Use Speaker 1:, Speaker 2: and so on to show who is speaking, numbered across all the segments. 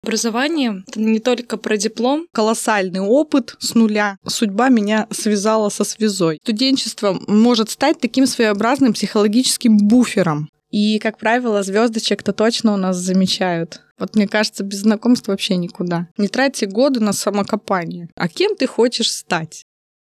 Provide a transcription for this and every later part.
Speaker 1: Образование — это не только про диплом.
Speaker 2: Колоссальный опыт с нуля. Судьба меня связала со связой. Студенчество может стать таким своеобразным психологическим буфером. И, как правило, звездочек-то точно у нас замечают. Вот мне кажется, без знакомств вообще никуда. Не тратьте годы на самокопание. А кем ты хочешь стать?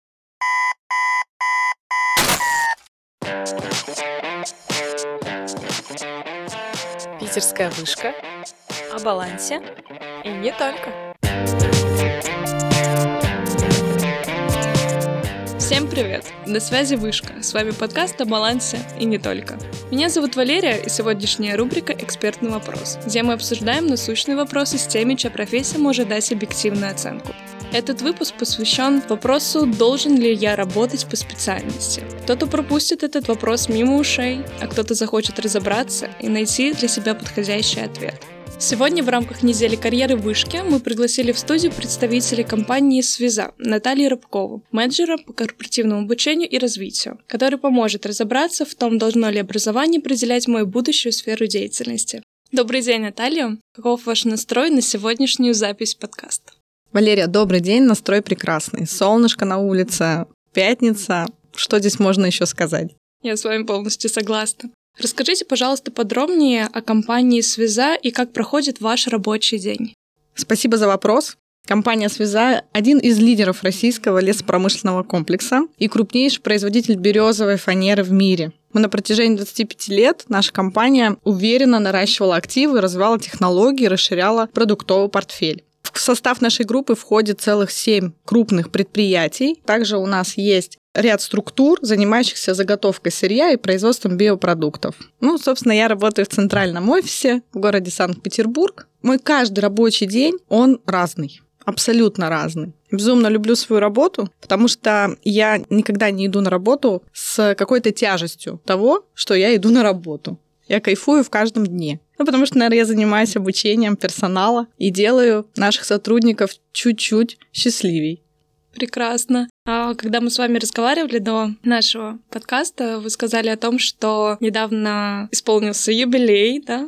Speaker 3: Питерская вышка. О балансе. И не только.
Speaker 1: Всем привет! На связи Вышка. С вами подкаст о балансе и не только. Меня зовут Валерия, и сегодняшняя рубрика «Экспертный вопрос», где мы обсуждаем насущные вопросы с теми, чья профессия может дать объективную оценку. Этот выпуск посвящен вопросу, должен ли я работать по специальности. Кто-то пропустит этот вопрос мимо ушей, а кто-то захочет разобраться и найти для себя подходящий ответ. Сегодня в рамках недели карьеры в Вышке мы пригласили в студию представителей компании «Связа» Наталью Рябкову, менеджера по корпоративному обучению и развитию, который поможет разобраться в том, должно ли образование определять мою будущую сферу деятельности. Добрый день, Наталья. Каков ваш настрой на сегодняшнюю запись подкаста?
Speaker 2: Валерия, добрый день, настрой прекрасный. Солнышко на улице, пятница. Что здесь можно еще сказать?
Speaker 1: Я с вами полностью согласна. Расскажите, пожалуйста, подробнее о компании «Связа» и как проходит ваш рабочий день.
Speaker 2: Спасибо за вопрос. Компания «Связа» — один из лидеров российского лесопромышленного комплекса и крупнейший производитель березовой фанеры в мире. На протяжении 25 лет наша компания уверенно наращивала активы, развивала технологии, расширяла продуктовый портфель. В состав нашей группы входит целых 7 крупных предприятий. Также у нас есть ряд структур, занимающихся заготовкой сырья и производством биопродуктов. Собственно, я работаю в центральном офисе в городе Санкт-Петербург. Мой каждый рабочий день, он разный. Абсолютно разный. Безумно люблю свою работу, потому что я никогда не иду на работу с какой-то тяжестью того, что я иду на работу. Я кайфую в каждом дне. Потому что, наверное, я занимаюсь обучением персонала и делаю наших сотрудников чуть-чуть счастливей.
Speaker 1: Прекрасно. А когда мы с вами разговаривали до нашего подкаста, вы сказали о том, что недавно исполнился юбилей, да?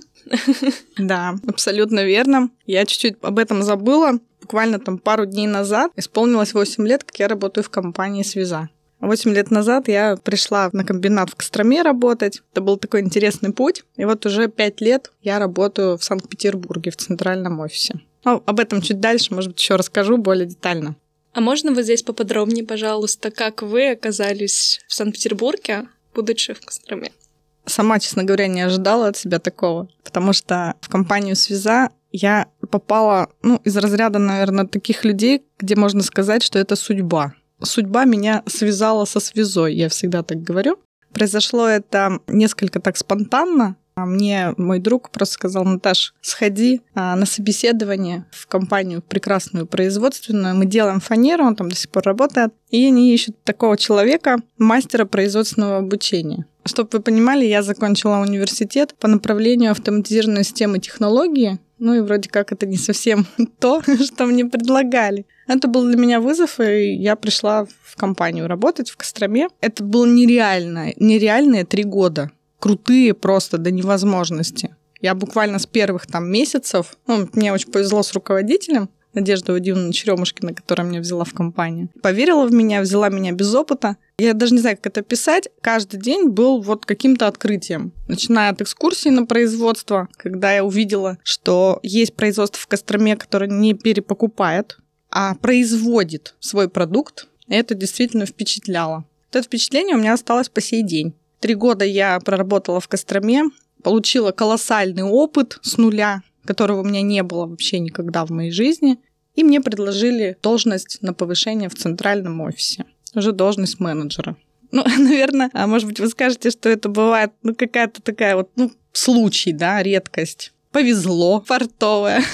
Speaker 2: Да, абсолютно верно. Я чуть-чуть об этом забыла. Буквально пару дней назад исполнилось 8 лет, как я работаю в компании «Связа». 8 лет назад я пришла на комбинат в Костроме работать. Это был такой интересный путь. И вот уже 5 лет я работаю в Санкт-Петербурге, в центральном офисе. Об этом чуть дальше, может быть, еще расскажу более детально.
Speaker 1: А можно вот здесь поподробнее, пожалуйста, как вы оказались в Санкт-Петербурге, будучи в Костроме?
Speaker 2: Сама, честно говоря, не ожидала от себя такого, потому что в компанию «Связа» я попала, из разряда, наверное, таких людей, где можно сказать, что это судьба. Судьба меня связала со связой, я всегда так говорю. Произошло это несколько так спонтанно. Мне мой друг просто сказал: Наташ, сходи на собеседование в компанию прекрасную производственную. Мы делаем фанеру, он там до сих пор работает. И они ищут такого человека, мастера производственного обучения. Чтобы вы понимали, я закончила университет по направлению автоматизированной системы технологии. И вроде как это не совсем то, что мне предлагали. Это был для меня вызов, и я пришла в компанию работать в Костроме. Это было нереальные 3 года. Крутые просто до невозможности. Я буквально с первых месяцев, мне очень повезло с руководителем, Надежда Вадимовна Черемушкина, которая меня взяла в компанию, поверила в меня, взяла меня без опыта. Я даже не знаю, как это писать. Каждый день был каким-то открытием. Начиная от экскурсии на производство, когда я увидела, что есть производство в Костроме, которое не перепокупает, а производит свой продукт. Это действительно впечатляло. Это впечатление у меня осталось по сей день. 3 года я проработала в Костроме, получила колоссальный опыт с нуля, которого у меня не было вообще никогда в моей жизни, и мне предложили должность на повышение в центральном офисе, уже должность менеджера. Наверное, может быть, вы скажете, что это бывает какая-то такая случай, да, редкость. Повезло, фартовое.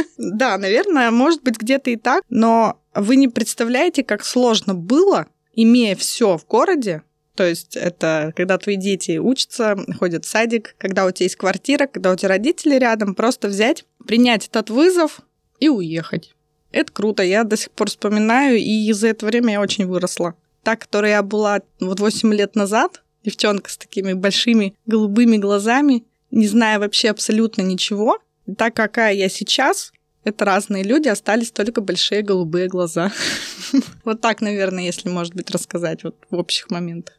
Speaker 2: Да, наверное, может быть, где-то и так, но вы не представляете, как сложно было, имея все в городе. То есть это когда твои дети учатся, ходят в садик, когда у тебя есть квартира, когда у тебя родители рядом, просто взять, принять этот вызов и уехать. Это круто, я до сих пор вспоминаю, и за это время я очень выросла. Та, которая я была 8 лет назад, девчонка с такими большими голубыми глазами, не зная вообще абсолютно ничего, и та, какая я сейчас, Это разные люди, остались только большие голубые глаза. Вот так, наверное, если, может быть, рассказать вот в общих моментах.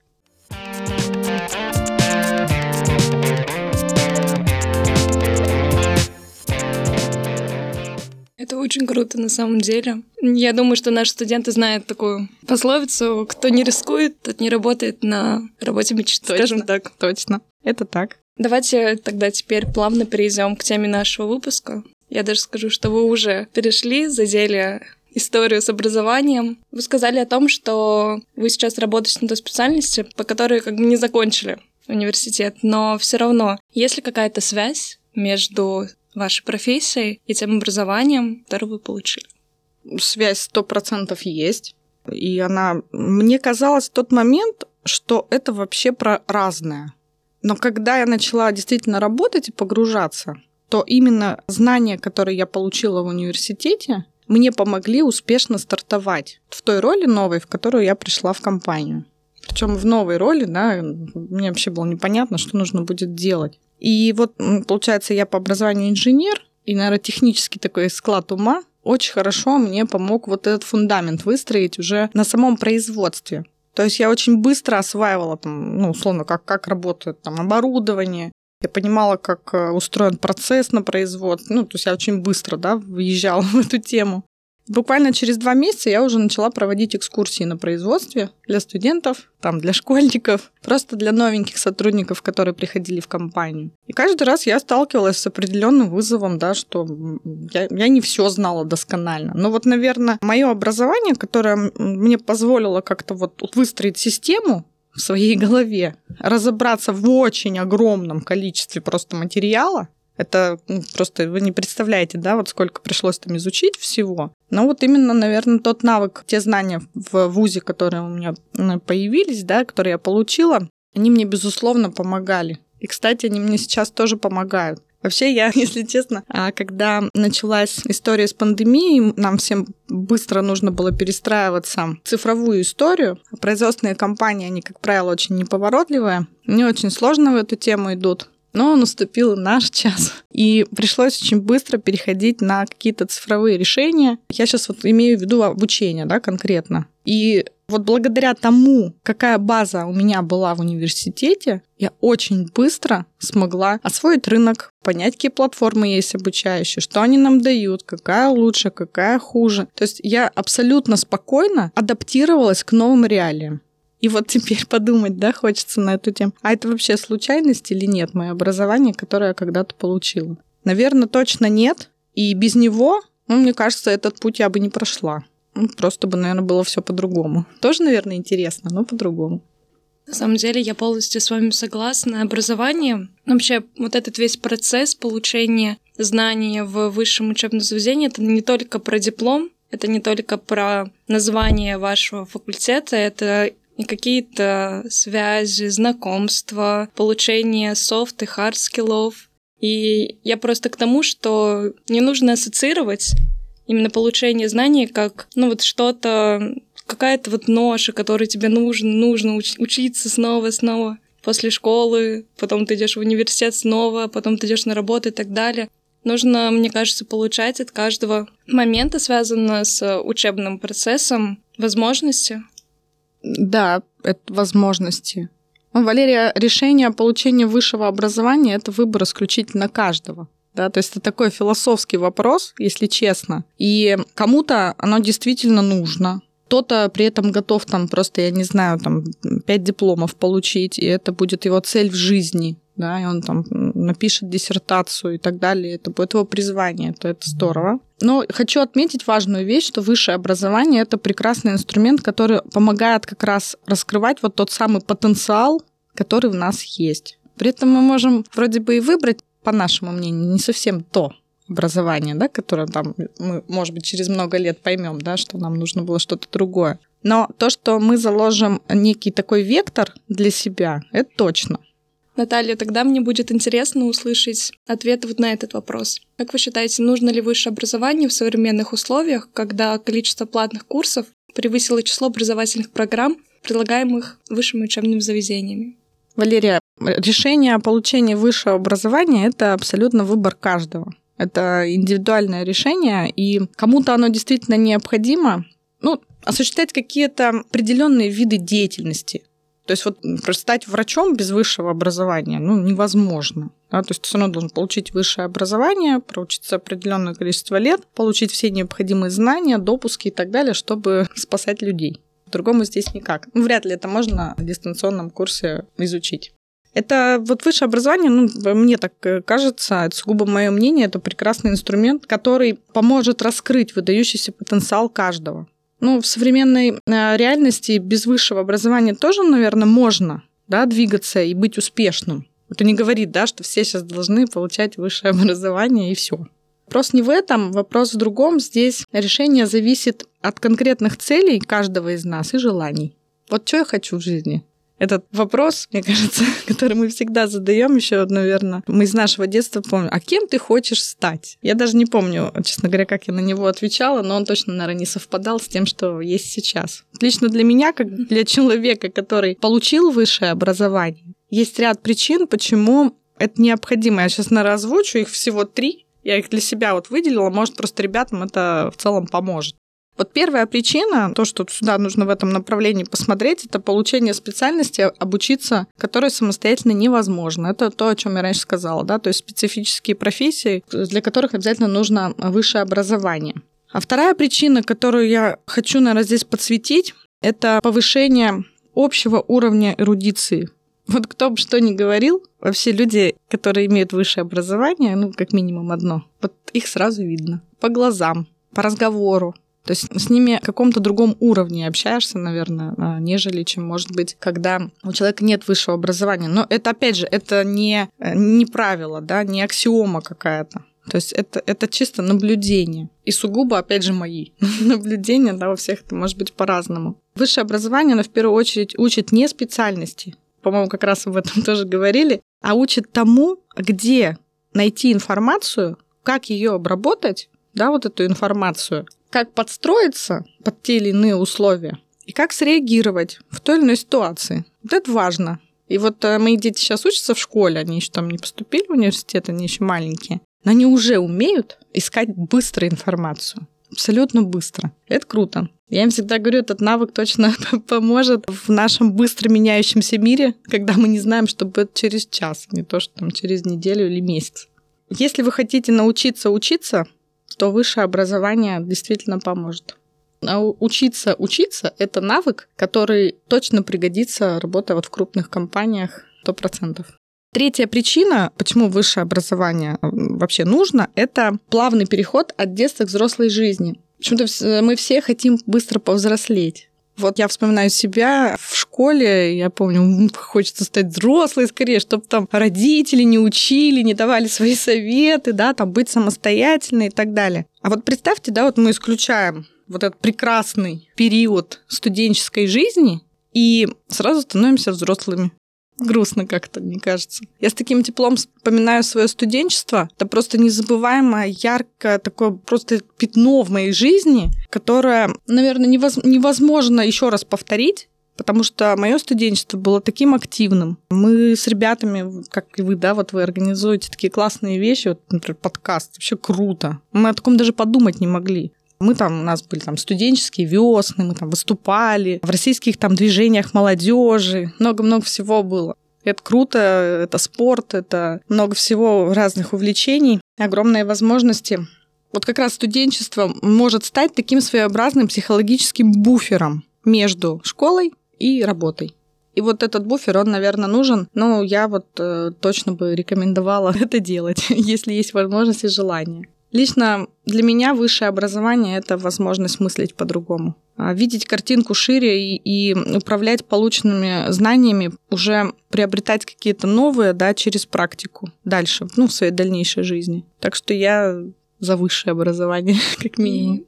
Speaker 1: Это очень круто на самом деле. Я думаю, что наши студенты знают такую пословицу: кто не рискует, тот не работает на работе мечты, скажем так.
Speaker 2: Точно, это так.
Speaker 1: Давайте тогда теперь плавно перейдем к теме нашего выпуска. Я даже скажу, что вы уже перешли, задели историю с образованием. Вы сказали о том, что вы сейчас работаете на той специальности, по которой как бы не закончили университет, но все равно есть ли какая-то связь между вашей профессией и тем образованием, которое вы получили?
Speaker 2: Связь 100% есть. И мне казалось в тот момент, что это вообще про разное. Но когда я начала действительно работать и погружаться, то именно знания, которые я получила в университете, мне помогли успешно стартовать в той роли новой, в которую я пришла в компанию. Причем в новой роли, да, мне вообще было непонятно, что нужно будет делать. И вот, получается, я по образованию инженер, и, наверное, технический такой склад ума очень хорошо мне помог вот этот фундамент выстроить уже на самом производстве. То есть я очень быстро осваивала, там, условно, как работает там оборудование. Я понимала, как устроен процесс на производстве. То есть я очень быстро, да, въезжала в эту тему. Буквально через 2 месяца я уже начала проводить экскурсии на производстве для студентов, для школьников, просто для новеньких сотрудников, которые приходили в компанию. И каждый раз я сталкивалась с определенным вызовом, да, что я не все знала досконально. Но вот, наверное, мое образование, которое мне позволило как-то вот выстроить систему в своей голове, разобраться в очень огромном количестве просто материала. Это просто вы не представляете, да, вот сколько пришлось там изучить всего. Но вот именно, наверное, тот навык, те знания в вузе, которые у меня появились, да, которые я получила, они мне, безусловно, помогали. И, кстати, они мне сейчас тоже помогают. Вообще, я, если честно, когда началась история с пандемией, нам всем быстро нужно было перестраиваться в цифровую историю. Производственные компании, они, как правило, очень неповоротливые, не очень сложно в эту тему идут. Но наступил наш час, и пришлось очень быстро переходить на какие-то цифровые решения. Я сейчас вот имею в виду обучение, да, конкретно. И вот благодаря тому, какая база у меня была в университете, я очень быстро смогла освоить рынок, понять, какие платформы есть обучающие, что они нам дают, какая лучше, какая хуже. То есть я абсолютно спокойно адаптировалась к новым реалиям. И вот теперь подумать, да, хочется на эту тему. А это вообще случайность или нет, мое образование, которое я когда-то получила? Наверное, точно нет. И без него, мне кажется, этот путь я бы не прошла. Просто бы, наверное, было все по-другому. Тоже, наверное, интересно, но по-другому.
Speaker 1: На самом деле, я полностью с вами согласна. Образование, вообще вот этот весь процесс получения знаний в высшем учебном заведении, это не только про диплом, это не только про название вашего факультета, это и какие-то связи, знакомства, получение софт и хард-скиллов. И я просто к тому, что не нужно ассоциировать именно получение знаний как, вот что-то, какая-то вот ноша, которой тебе нужно учиться снова после школы, потом ты идешь в университет снова, потом ты идешь на работу и так далее. Нужно, мне кажется, получать от каждого момента, связанного с учебным процессом, возможности.
Speaker 2: Да, это возможности. Валерия, решение о получении высшего образования – это выбор исключительно каждого. Да? То есть это такой философский вопрос, если честно. И кому-то оно действительно нужно. Кто-то при этом готов просто, 5 дипломов получить, и это будет его цель в жизни. Да, и он напишет диссертацию и так далее. Это будет его призвание, то это здорово. Но хочу отметить важную вещь, что высшее образование – это прекрасный инструмент, который помогает как раз раскрывать вот тот самый потенциал, который в нас есть. При этом мы можем вроде бы и выбрать, по нашему мнению, не совсем то образование, да, которое мы, может быть, через много лет поймем, да, что нам нужно было что-то другое. Но то, что мы заложим некий такой вектор для себя, это точно.
Speaker 1: Наталья, тогда мне будет интересно услышать ответы вот на этот вопрос. Как вы считаете, нужно ли высшее образование в современных условиях, когда количество платных курсов превысило число образовательных программ, предлагаемых высшими учебными заведениями?
Speaker 2: Валерия, решение о получении высшего образования – это абсолютно выбор каждого. Это индивидуальное решение, и кому-то оно действительно необходимо. Осуществлять какие-то определенные виды деятельности. То есть просто стать врачом без высшего образования невозможно. Да? То есть ты все равно должен получить высшее образование, проучиться определенное количество лет, получить все необходимые знания, допуски и так далее, чтобы спасать людей. По-другому здесь никак. Вряд ли это можно на дистанционном курсе изучить. Это высшее образование, мне так кажется, это сугубо мое мнение, это прекрасный инструмент, который поможет раскрыть выдающийся потенциал каждого. В современной реальности без высшего образования тоже, наверное, можно, да, двигаться и быть успешным. Это не говорит, да, что все сейчас должны получать высшее образование и все. Вопрос не в этом, вопрос в другом. Здесь решение зависит от конкретных целей каждого из нас и желаний. Вот что я хочу в жизни? Этот вопрос, мне кажется, который мы всегда задаем еще, наверное, мы из нашего детства помним. А кем ты хочешь стать? Я даже не помню, честно говоря, как я на него отвечала, но он точно, наверное, не совпадал с тем, что есть сейчас. Лично для меня, как для человека, который получил высшее образование, есть ряд причин, почему это необходимо. Я сейчас, наверное, озвучу, их всего 3. Я их для себя выделила, может, просто ребятам это в целом поможет. Первая причина, то, что сюда нужно в этом направлении посмотреть, это получение специальности, обучиться, которой самостоятельно невозможно. Это то, о чем я раньше сказала, да, то есть специфические профессии, для которых обязательно нужно высшее образование. А вторая причина, которую я хочу, наверное, здесь подсветить, это повышение общего уровня эрудиции. Кто бы что ни говорил, вообще люди, которые имеют высшее образование, как минимум одно, их сразу видно по глазам, по разговору. То есть с ними на каком-то другом уровне общаешься, наверное, нежели чем, может быть, когда у человека нет высшего образования. Но это, опять же, это не правило, да, не аксиома какая-то. То есть это чисто наблюдение. И сугубо, опять же, мои наблюдения, да, у всех это может быть по-разному. Высшее образование, оно в первую очередь учит не специальности, по-моему, как раз об этом тоже говорили, а учит тому, где найти информацию, как ее обработать, да, эту информацию, как подстроиться под те или иные условия и как среагировать в той или иной ситуации. Это важно. И мои дети сейчас учатся в школе, они еще там не поступили в университет, они еще маленькие, но они уже умеют искать быстро информацию. Абсолютно быстро. Это круто. Я им всегда говорю, этот навык точно поможет в нашем быстро меняющемся мире, когда мы не знаем, что будет через час, не то, что там через неделю или месяц. Если вы хотите научиться учиться, то высшее образование действительно поможет. А учиться – это навык, который точно пригодится, работая в крупных компаниях 100%. Третья причина, почему высшее образование вообще нужно, это плавный переход от детства к взрослой жизни. Почему-то мы все хотим быстро повзрослеть. Я вспоминаю себя в школе, я помню, хочется стать взрослой скорее, чтобы там родители не учили, не давали свои советы, да, там быть самостоятельной и так далее. А представьте, да, мы исключаем этот прекрасный период студенческой жизни и сразу становимся взрослыми. Грустно как-то, мне кажется. Я с таким теплом вспоминаю свое студенчество. Это просто незабываемое, яркое такое просто пятно в моей жизни, которое, наверное, невозможно еще раз повторить, потому что мое студенчество было таким активным. Мы с ребятами, как и вы, да, вы организуете такие классные вещи, например, подкаст. Вообще круто. Мы о таком даже подумать не могли. У нас были студенческие весны, мы выступали в российских движениях молодежи, много-много всего было. Это круто, это спорт, это много всего разных увлечений, огромные возможности. Как раз студенчество может стать таким своеобразным психологическим буфером между школой и работой. И этот буфер, он, наверное, нужен, но я точно бы рекомендовала это делать, если есть возможность и желание. Лично для меня высшее образование – это возможность мыслить по-другому, видеть картинку шире и управлять полученными знаниями, уже приобретать какие-то новые, да, через практику дальше, в своей дальнейшей жизни. Так что я за высшее образование, как минимум.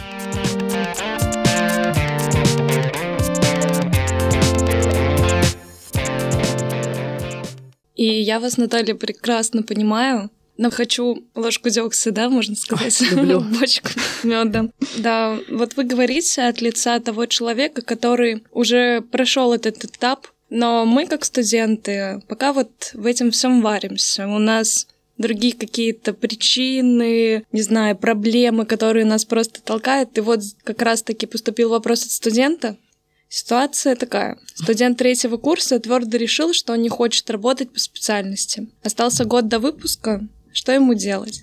Speaker 1: И я вас, Наталья, прекрасно понимаю. Но хочу ложку дегтя, да, можно сказать,
Speaker 2: люблю.
Speaker 1: Бочку меда. Да, вы говорите от лица того человека, который уже прошел этот этап, но мы, как студенты, пока в этом всем варимся. У нас другие какие-то причины, не знаю, проблемы, которые нас просто толкают. И вот как раз-таки поступил вопрос от студента. Ситуация такая. Студент 3-го курса твердо решил, что он не хочет работать по специальности. Остался год до выпуска. Что ему делать?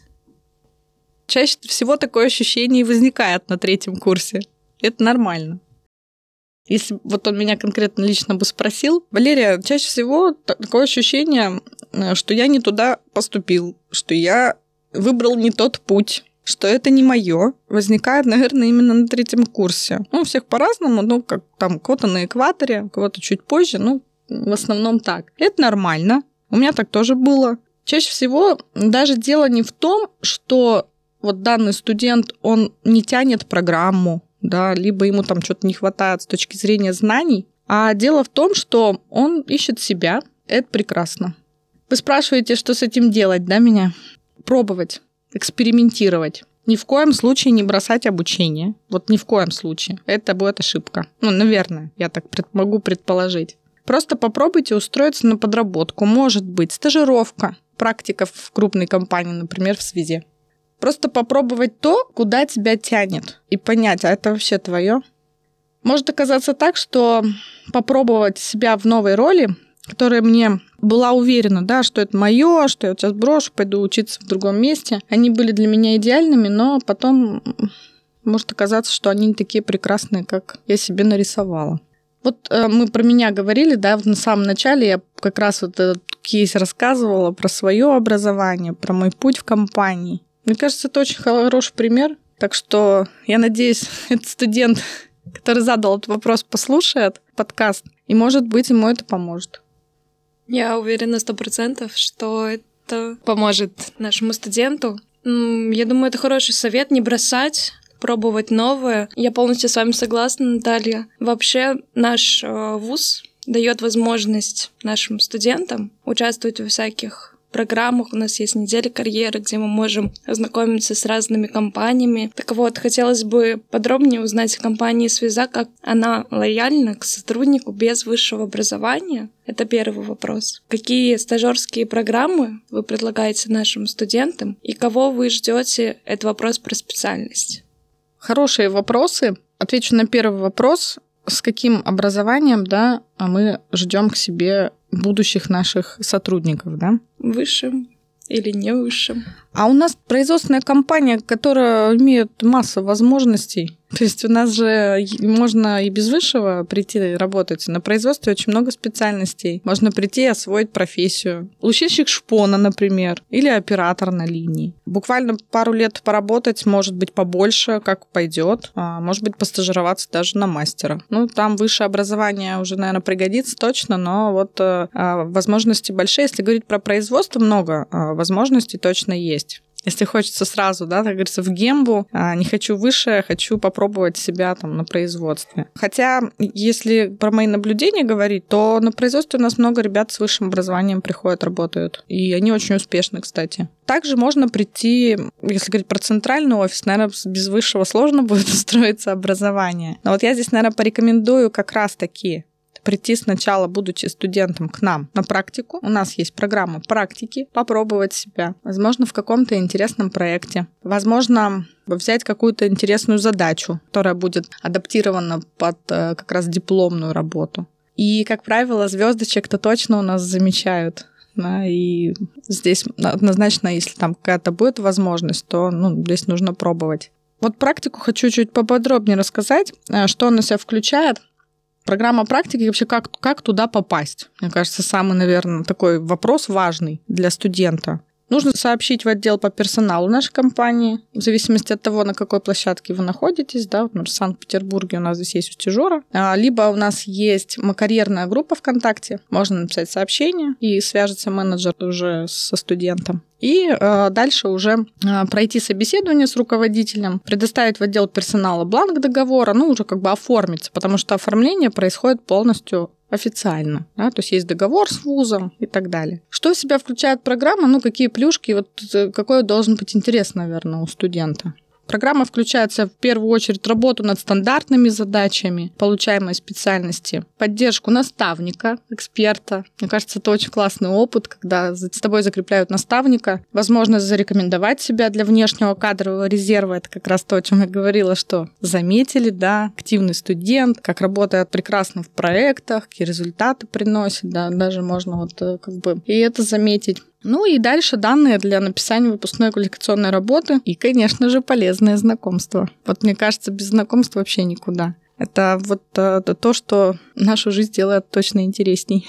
Speaker 2: Чаще всего такое ощущение и возникает на 3-м курсе. Это нормально. Если вот он меня конкретно лично бы спросил, Валерия, чаще всего такое ощущение, что я не туда поступил, что я выбрал не тот путь, что это не мое, возникает, наверное, именно на 3-м курсе. У всех по-разному, как там кого-то на экваторе, кого-то чуть позже, в основном так. Это нормально. У меня так тоже было. Чаще всего даже дело не в том, что вот данный студент, он не тянет программу, да, либо ему там что-то не хватает с точки зрения знаний, а дело в том, что он ищет себя. Это прекрасно. Вы спрашиваете, что с этим делать, да, меня? Пробовать. Экспериментировать. Ни в коем случае не бросать обучение. Вот ни в коем случае. Это будет ошибка. Наверное, я так могу предположить. Просто попробуйте устроиться на подработку. Может быть, стажировка, практика в крупной компании, например, в связи. Просто попробовать то, куда тебя тянет. И понять, а это вообще твое? Может оказаться так, что попробовать себя в новой роли, которая мне была уверена, да, что это мое, что я вот сейчас брошу, пойду учиться в другом месте. Они были для меня идеальными, но потом может оказаться, что они не такие прекрасные, как я себе нарисовала. Вот мы про меня говорили, да, на самом начале я как раз вот этот кейс рассказывала про свое образование, про мой путь в компании. Мне кажется, это очень хороший пример. Так что я надеюсь, этот студент, который задал этот вопрос, послушает подкаст, и, может быть, ему это поможет.
Speaker 1: Я уверена 100%, что это поможет нашему студенту. Я думаю, это хороший совет — не бросать, пробовать новое. Я полностью с вами согласна, Наталья. Вообще, наш вуз дает возможность нашим студентам участвовать во всяких программах. У нас есть неделя карьеры, где мы можем ознакомиться с разными компаниями. Так вот, хотелось бы подробнее узнать о компании «Связа», как она лояльна к сотруднику без высшего образования. Это первый вопрос. Какие стажерские программы вы предлагаете нашим студентам и кого вы ждете? Это вопрос про специальность.
Speaker 2: Хорошие вопросы. Отвечу на первый вопрос. С каким образованием, да, мы ждем к себе будущих наших сотрудников, да?
Speaker 1: Высшим или не высшим.
Speaker 2: А у нас производственная компания, которая имеет массу возможностей. То есть у нас же можно и без высшего прийти работать. На производстве очень много специальностей. Можно прийти и освоить профессию. Лучильщик шпона, например, или оператор на линии. Буквально пару лет поработать, может быть, побольше, как пойдет. Может быть, постажироваться даже на мастера. Там высшее образование уже, наверное, пригодится точно, но вот возможности большие. Если говорить про производство, много возможностей точно есть. Если хочется сразу, да, так говорится, в гембу, не хочу выше, хочу попробовать себя там на производстве. Хотя, если про мои наблюдения говорить, то на производстве у нас много ребят с высшим образованием приходят, работают. И они очень успешны, кстати. Также можно прийти, если говорить про центральный офис, наверное, без высшего сложно будет устроиться образование. Но вот я здесь, наверное, порекомендую как раз-таки прийти сначала, будучи студентом, к нам на практику. У нас есть программа практики, попробовать себя. Возможно, в каком-то интересном проекте. Возможно, взять какую-то интересную задачу, которая будет адаптирована под как раз дипломную работу. И, как правило, звездочек-то точно у нас замечают. Да, и здесь однозначно, если там какая-то будет возможность, то здесь нужно пробовать. Вот практику хочу чуть поподробнее рассказать, что она в себя включает. Программа практики, вообще как туда попасть? Мне кажется, самый, наверное, такой вопрос важный для студента. Нужно сообщить в отдел по персоналу нашей компании, в зависимости от того, на какой площадке вы находитесь. Да, вот, в Санкт-Петербурге у нас здесь есть Устюжора. Либо у нас есть карьерная группа ВКонтакте. Можно написать сообщение, и свяжется менеджер уже со студентом. И дальше уже пройти собеседование с руководителем, предоставить в отдел персонала бланк договора, уже как бы оформиться, потому что оформление происходит полностью официально. Да? То есть есть договор с вузом и так далее. Что в себя включает программа? Какие плюшки? Вот какой должен быть интерес, наверное, у студента. Программа включается в первую очередь работу над стандартными задачами получаемой специальности, поддержку наставника, эксперта. Мне кажется, это очень классный опыт, когда с тобой закрепляют наставника, возможность зарекомендовать себя для внешнего кадрового резерва. Это как раз то, о чем я говорила, что заметили, да, активный студент, как работает прекрасно в проектах, какие результаты приносит, да, даже можно вот как бы и это заметить. Ну и дальше данные для написания выпускной квалификационной работы и, конечно же, полезное знакомство. Вот мне кажется, без знакомств вообще никуда. Это вот то, что нашу жизнь делает точно интересней.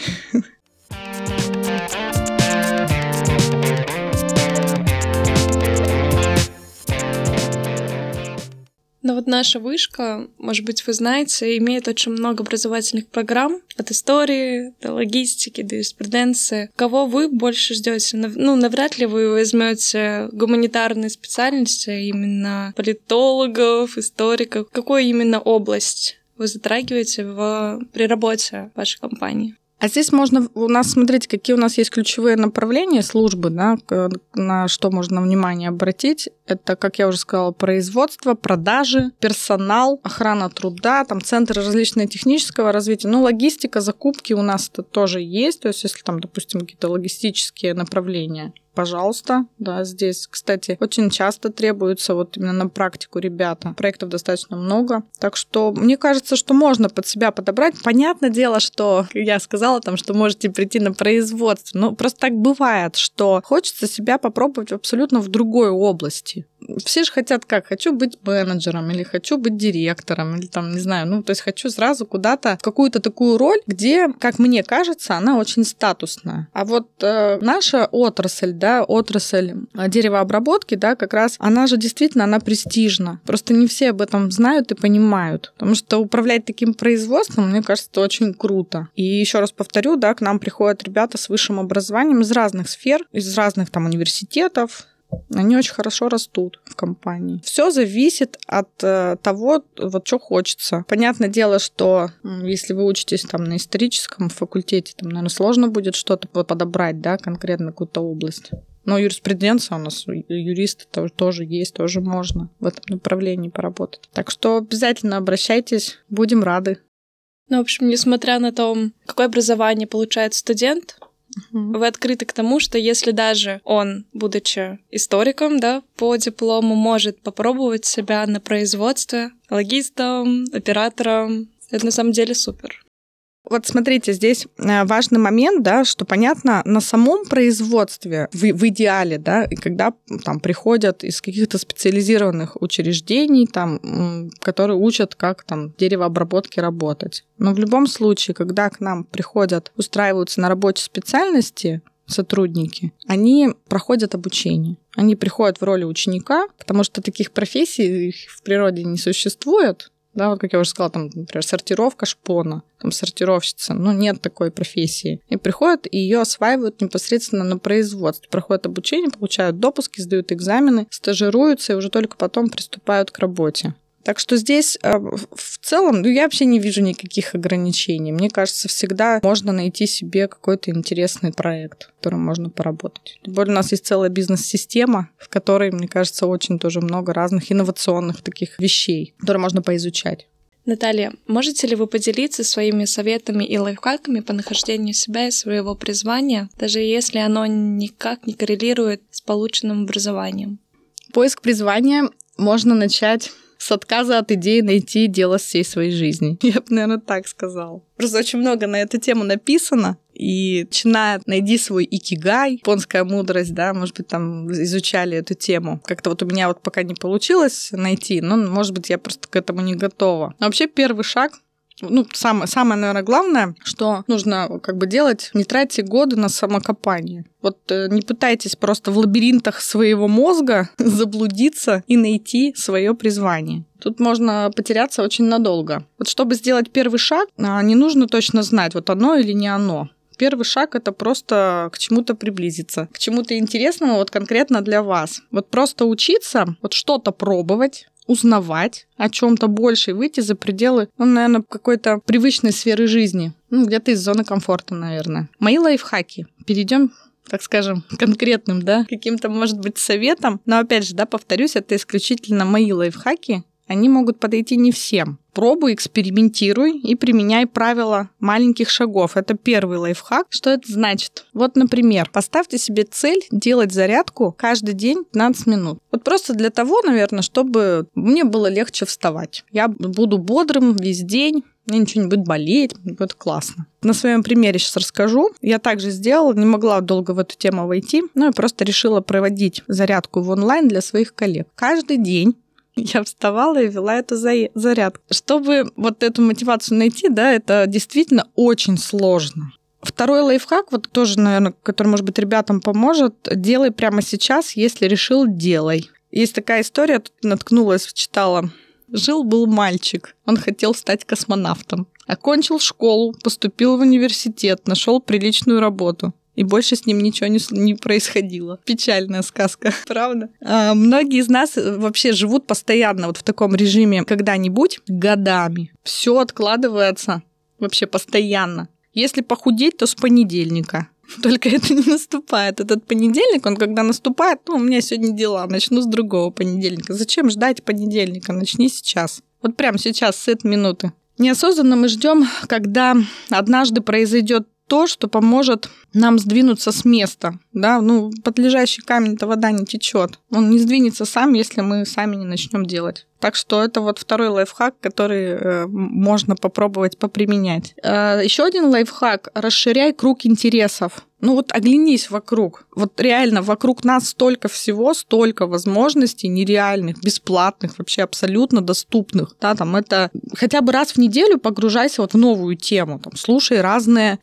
Speaker 1: Но вот наша вышка, может быть, вы знаете, имеет очень много образовательных программ от истории до логистики, до юриспруденции. Кого вы больше ждете? Ну, навряд ли вы возьмете гуманитарные специальности, именно политологов, историков. Какую именно область вы затрагиваете при работе в вашей компании?
Speaker 2: А здесь можно у нас смотреть, какие у нас есть ключевые направления службы, да, на что можно внимание обратить. Это, как я уже сказала, производство, продажи, персонал, охрана труда, там центры различные технического развития. Ну, логистика, закупки у нас это тоже есть. То есть, если там, допустим, какие-то логистические направления, пожалуйста, да, здесь, кстати, очень часто требуются вот именно на практику ребята. Проектов достаточно много. Так что мне кажется, что можно под себя подобрать. Понятное дело, что я сказала там, что можете прийти на производство. Но просто так бывает, что хочется себя попробовать абсолютно в другой области. Все же хотят как? Хочу быть менеджером, или хочу быть директором, или там, не знаю, ну, то есть хочу сразу куда-то в какую-то такую роль, где, как мне кажется, она очень статусная. А вот наша отрасль, да, отрасль деревообработки, да, как раз, она же действительно, она престижна. Просто не все об этом знают и понимают. Потому что управлять таким производством, мне кажется, это очень круто. И еще раз повторю, да, к нам приходят ребята с высшим образованием из разных сфер, из разных там университетов. Они очень хорошо растут в компании. Все зависит от того, вот что хочется. Понятное дело, что если вы учитесь там на историческом факультете, там, наверное, сложно будет что-то подобрать, да, конкретно какую-то область. Но юриспруденция у нас, юристы тоже есть, тоже можно в этом направлении поработать. Так что обязательно обращайтесь, будем рады.
Speaker 1: Ну, в общем, несмотря на то, какое образование получает студент, вы открыты к тому, что если даже он, будучи историком, да, по диплому, может попробовать себя на производстве логистом, оператором, это на самом деле супер.
Speaker 2: Вот смотрите, здесь важный момент, да, что понятно, на самом производстве, в идеале, да, и когда там приходят из каких-то специализированных учреждений, там, которые учат, как там деревообработке работать. Но в любом случае, когда к нам приходят, устраиваются на рабочей специальности сотрудники, они проходят обучение. Они приходят в роли ученика, потому что таких профессий в природе не существует. Да, вот как я уже сказала, там, например, сортировка шпона, там, сортировщица, но нет такой профессии. И приходят, и ее осваивают непосредственно на производстве. Проходят обучение, получают допуски, сдают экзамены, стажируются и уже только потом приступают к работе. Так что здесь в целом я вообще не вижу никаких ограничений. Мне кажется, всегда можно найти себе какой-то интересный проект, в котором можно поработать. Тем более у нас есть целая бизнес-система, в которой, мне кажется, очень тоже много разных инновационных таких вещей, которые можно поизучать.
Speaker 1: Наталья, можете ли вы поделиться своими советами и лайфхаками по нахождению себя и своего призвания, даже если оно никак не коррелирует с полученным образованием?
Speaker 2: Поиск призвания можно начать с отказа от идеи найти дело всей своей жизни. Я бы, наверное, так сказала. Просто очень много на эту тему написано. И начиная «Найди свой икигай», японская мудрость, да, может быть, там изучали эту тему. Как-то вот у меня вот пока не получилось найти, но, может быть, я просто к этому не готова. Но вообще первый шаг, ну, самое, наверное, главное, что нужно как бы делать, не тратьте годы на самокопание. Вот не пытайтесь просто в лабиринтах своего мозга заблудиться и найти свое призвание. Тут можно потеряться очень надолго. Вот чтобы сделать первый шаг, не нужно точно знать, вот оно или не оно. Первый шаг — это просто к чему-то приблизиться, к чему-то интересному вот конкретно для вас. Вот просто учиться, вот что-то пробовать, узнавать о чем-то больше и выйти за пределы, ну, наверное, какой-то привычной сферы жизни. Ну, где-то из зоны комфорта, наверное. Мои лайфхаки. Перейдем так скажем, конкретным, да, каким-то, может быть, советом. Но опять же, да, повторюсь, это исключительно мои лайфхаки. Они могут подойти не всем. Пробуй, экспериментируй и применяй правила маленьких шагов. Это первый лайфхак. Что это значит? Вот, например, поставьте себе цель делать зарядку каждый день 15 минут. Вот просто для того, наверное, чтобы мне было легче вставать. Я буду бодрым весь день, мне ничего не будет болеть, будет классно. На своем примере сейчас расскажу. Я также сделала, не могла долго в эту тему войти, но я просто решила проводить зарядку в онлайн для своих коллег. Каждый день я вставала и вела эту зарядку. Чтобы вот эту мотивацию найти, да, это действительно очень сложно. Второй лайфхак, вот тоже, наверное, который, может быть, ребятам поможет, делай прямо сейчас, если решил, делай. Есть такая история, тут наткнулась, читала. Жил-был мальчик, он хотел стать космонавтом. Окончил школу, поступил в университет, нашел приличную работу. И больше с ним ничего не происходило. Печальная сказка, правда? Многие из нас вообще живут постоянно вот в таком режиме когда-нибудь годами. Все откладывается вообще постоянно. Если похудеть, то с понедельника. Только это не наступает. Этот понедельник, он когда наступает, у меня сегодня дела, начну с другого понедельника. Зачем ждать понедельника? Начни сейчас. Вот прямо сейчас, с этой минуты. Неосознанно мы ждем, когда однажды произойдет то, что поможет нам сдвинуться с места. Да? Под лежащий камень-то вода не течет. Он не сдвинется сам, если мы сами не начнем делать. Так что это вот второй лайфхак, который можно попробовать поприменять. Еще один лайфхак – расширяй круг интересов. Оглянись вокруг. Вот реально вокруг нас столько всего, столько возможностей нереальных, бесплатных, вообще абсолютно доступных. Да, это хотя бы раз в неделю погружайся в новую тему. Слушай разные,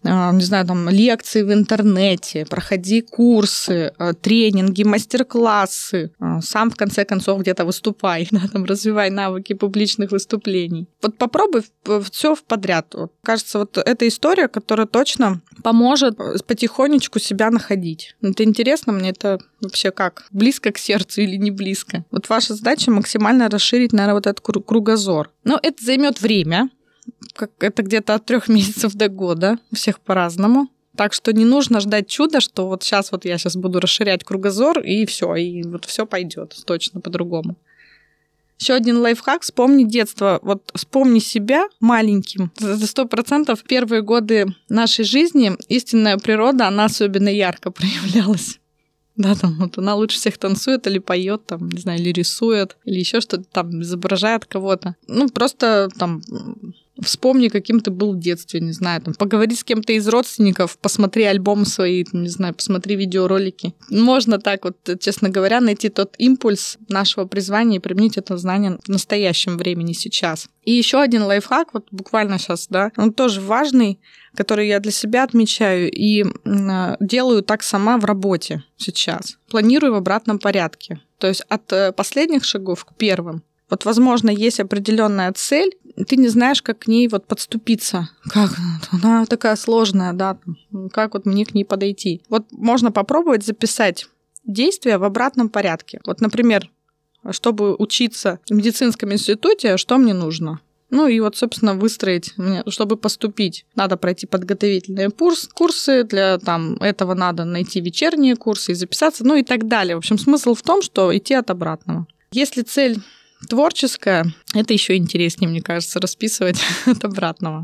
Speaker 2: лекции в интернете, проходи курсы, тренинги, мастер-классы. Сам, в конце концов, где-то выступай, развивай навыки публичных выступлений. Вот попробуй все подряд. Кажется, эта история, которая точно поможет потихонечку себя находить. Это интересно, мне это вообще как? Близко к сердцу или не близко? Ваша задача максимально расширить, наверное, этот кругозор. Но это займет время. Это где-то от 3 месяцев до года. У всех по-разному. Так что не нужно ждать чуда, что сейчас я буду расширять кругозор, и все пойдет точно по-другому. Еще один лайфхак – вспомни детство. Вспомни себя маленьким. За 100% в первые годы нашей жизни истинная природа, она особенно ярко проявлялась. Да, она лучше всех танцует или поет, или рисует, или еще что-то изображает кого-то. Просто вспомни, каким ты был в детстве, поговори с кем-то из родственников, посмотри альбомы свои, посмотри видеоролики. Можно так честно говоря, найти тот импульс нашего призвания и применить это знание в настоящем времени сейчас. И еще один лайфхак, буквально сейчас, да, он тоже важный, который я для себя отмечаю и делаю так сама в работе сейчас. Планирую в обратном порядке. То есть от последних шагов к первым. Возможно, есть определенная цель, ты не знаешь, как к ней подступиться. Как она такая сложная, да, как мне к ней подойти. Можно попробовать записать действия в обратном порядке. Например, чтобы учиться в медицинском институте, что мне нужно? Собственно, выстроить, чтобы поступить, надо пройти подготовительные курсы, для этого надо найти вечерние курсы и записаться, и так далее. В общем, смысл в том, что идти от обратного. Если цель творческая, это еще интереснее, мне кажется, расписывать от обратного.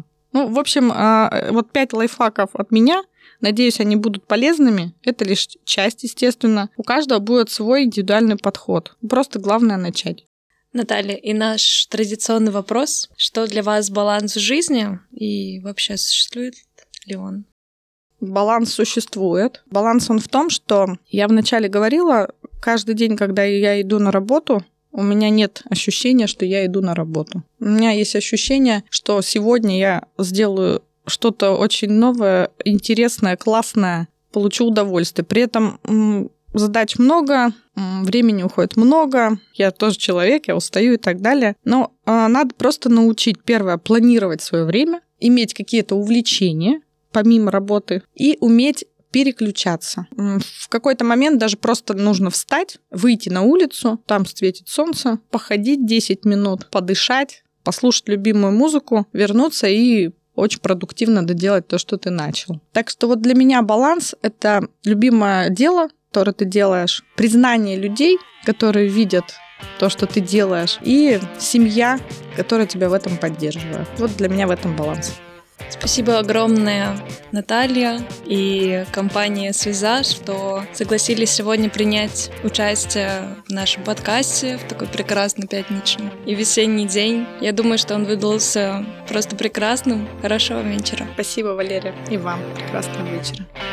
Speaker 2: 5 лайфхаков от меня. Надеюсь, они будут полезными. Это лишь часть, естественно. У каждого будет свой индивидуальный подход. Просто главное начать.
Speaker 3: Наталья, и наш традиционный вопрос. Что для вас баланс в жизни? И вообще существует ли он?
Speaker 2: Баланс существует. Баланс он в том, что я вначале говорила, каждый день, когда я иду на работу, у меня нет ощущения, что я иду на работу. У меня есть ощущение, что сегодня я сделаю что-то очень новое, интересное, классное, получу удовольствие. При этом задач много, времени уходит много, я тоже человек, я устаю и так далее. Но надо просто научить, первое, планировать свое время, иметь какие-то увлечения помимо работы и уметь переключаться. В какой-то момент даже просто нужно встать, выйти на улицу, там светит солнце, походить 10 минут, подышать, послушать любимую музыку, вернуться и очень продуктивно доделать то, что ты начал. Так что вот для меня баланс — это любимое дело, которое ты делаешь, признание людей, которые видят то, что ты делаешь, и семья, которая тебя в этом поддерживает. Вот для меня в этом баланс.
Speaker 3: Спасибо огромное, Наталья и компания «Свиза», что согласились сегодня принять участие в нашем подкасте в такой прекрасный пятничный и весенний день. Я думаю, что он выдался просто прекрасным. Хорошего вечера.
Speaker 2: Спасибо, Валерия, и вам прекрасного вечера.